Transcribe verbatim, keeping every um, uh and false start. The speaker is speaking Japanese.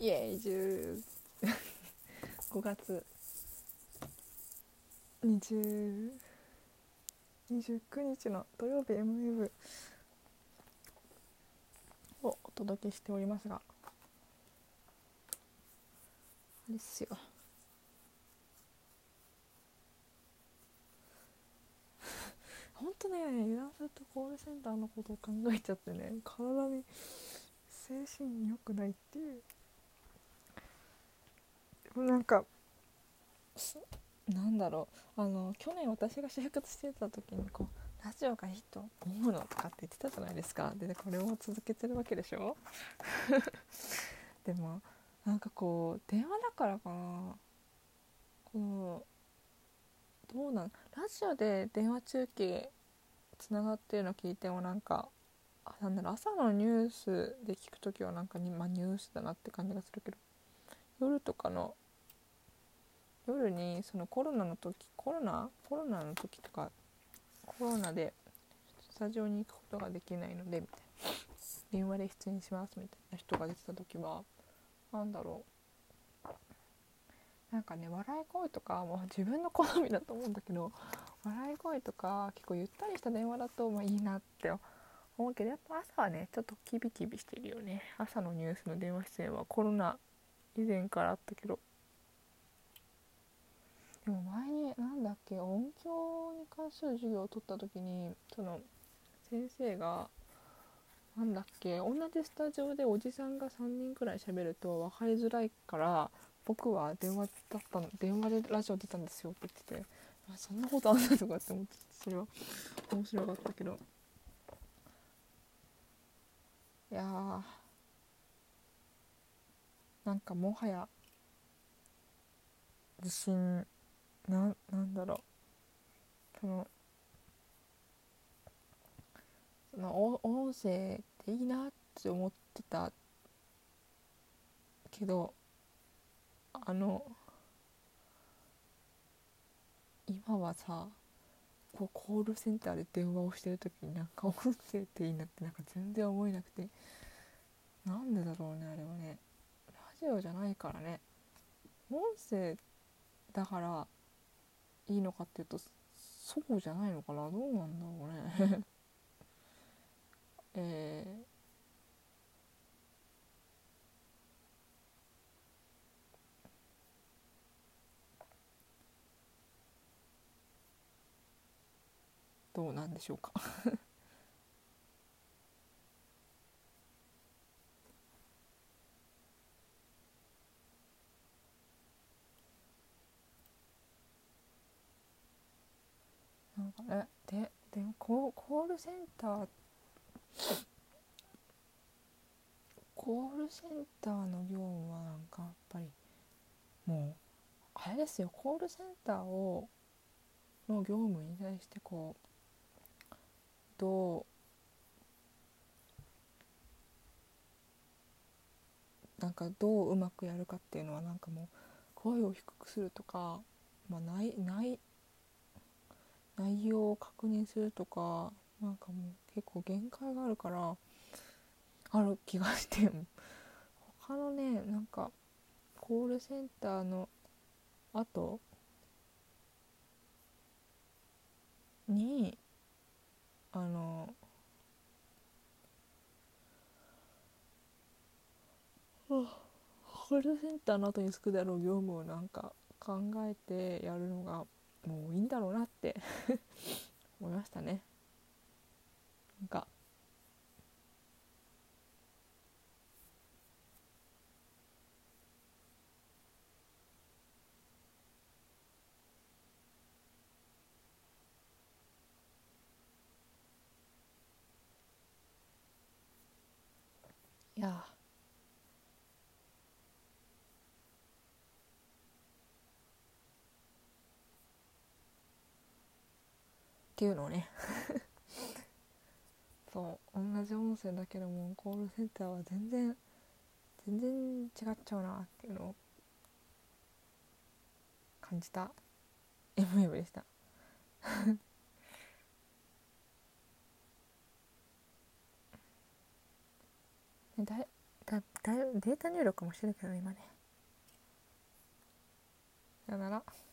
イエーイじゅうごがつにじゅう、にじゅうくにちの土曜日 エムウェブ をお届けしておりますが、あれっすよ、ほんとね、油断するとコールセンターのことを考えちゃってね、体に精神に良くないっていう。でもなんかなんだろう、あの去年私が就活してた時にこうラジオがいいと思うのとかって言ってたじゃないですか。でこれを続けてるわけでしょでもなんかこう電話だからかな、このどうなんラジオで電話中継つながってるの聞いてもなんかあなんだろう、朝のニュースで聞くときはなんかに、まあ、ニュースだなって感じがするけど、夜とかの夜にそのコロナの時コロナコロナの時とかコロナでスタジオに行くことができないのでみたいな、電話で出演しますみたいな人が出てた時はなんだろう、なんかね、笑い声とかも自分の好みだと思うんだけど、笑い声とか結構ゆったりした電話だとまあいいなって思うけど、やっぱ朝はねちょっとキビキビしてるよね。朝のニュースの電話出演はコロナ以前からあったけど、でも前になんだっけ、音響に関する授業を取った時にその先生がなんだっけ、同じスタジオでおじさんがさんにんくらい喋ると分かりづらいから僕は電話だったの電話でラジオ出たんですよって言ってて、あそんなことあんなとかって思って、それは面白かったけど、いやーなんかもはや自信な、なんだろう、そのその音声でいいなって思ってたけど、あの今はさ、こうコールセンターで電話をしてる時になんか音声っていいなってなんか全然思えなくて、なんでだろうね、あれはね。ラジオじゃないからね、音声だからいいのかっていうとそうじゃないのかな、どうなんだろうねえー、どうなんでしょうかなんかね、ででもコーコールセンターコールセンターの業務はなんかやっぱりもうあれですよ、コールセンターをの業務に対してこうどうなんかどううまくやるかっていうのはなんかもう声を低くするとか、まあ、ないない内容を確認するとかなんかもう結構限界があるからある気がして他のねなんかコールセンターの後にあのコールセンターの後につくだろう業務をなんか考えてやるのがもういいんだろうなって思いましたね。なんかいやっていうのをねそう同じ音声だけどもコールセンターは全然全然違っちゃうなっていうのを感じた エムウェブ でしただだだいぶデータ入力もしてるけど今ね。さよなら。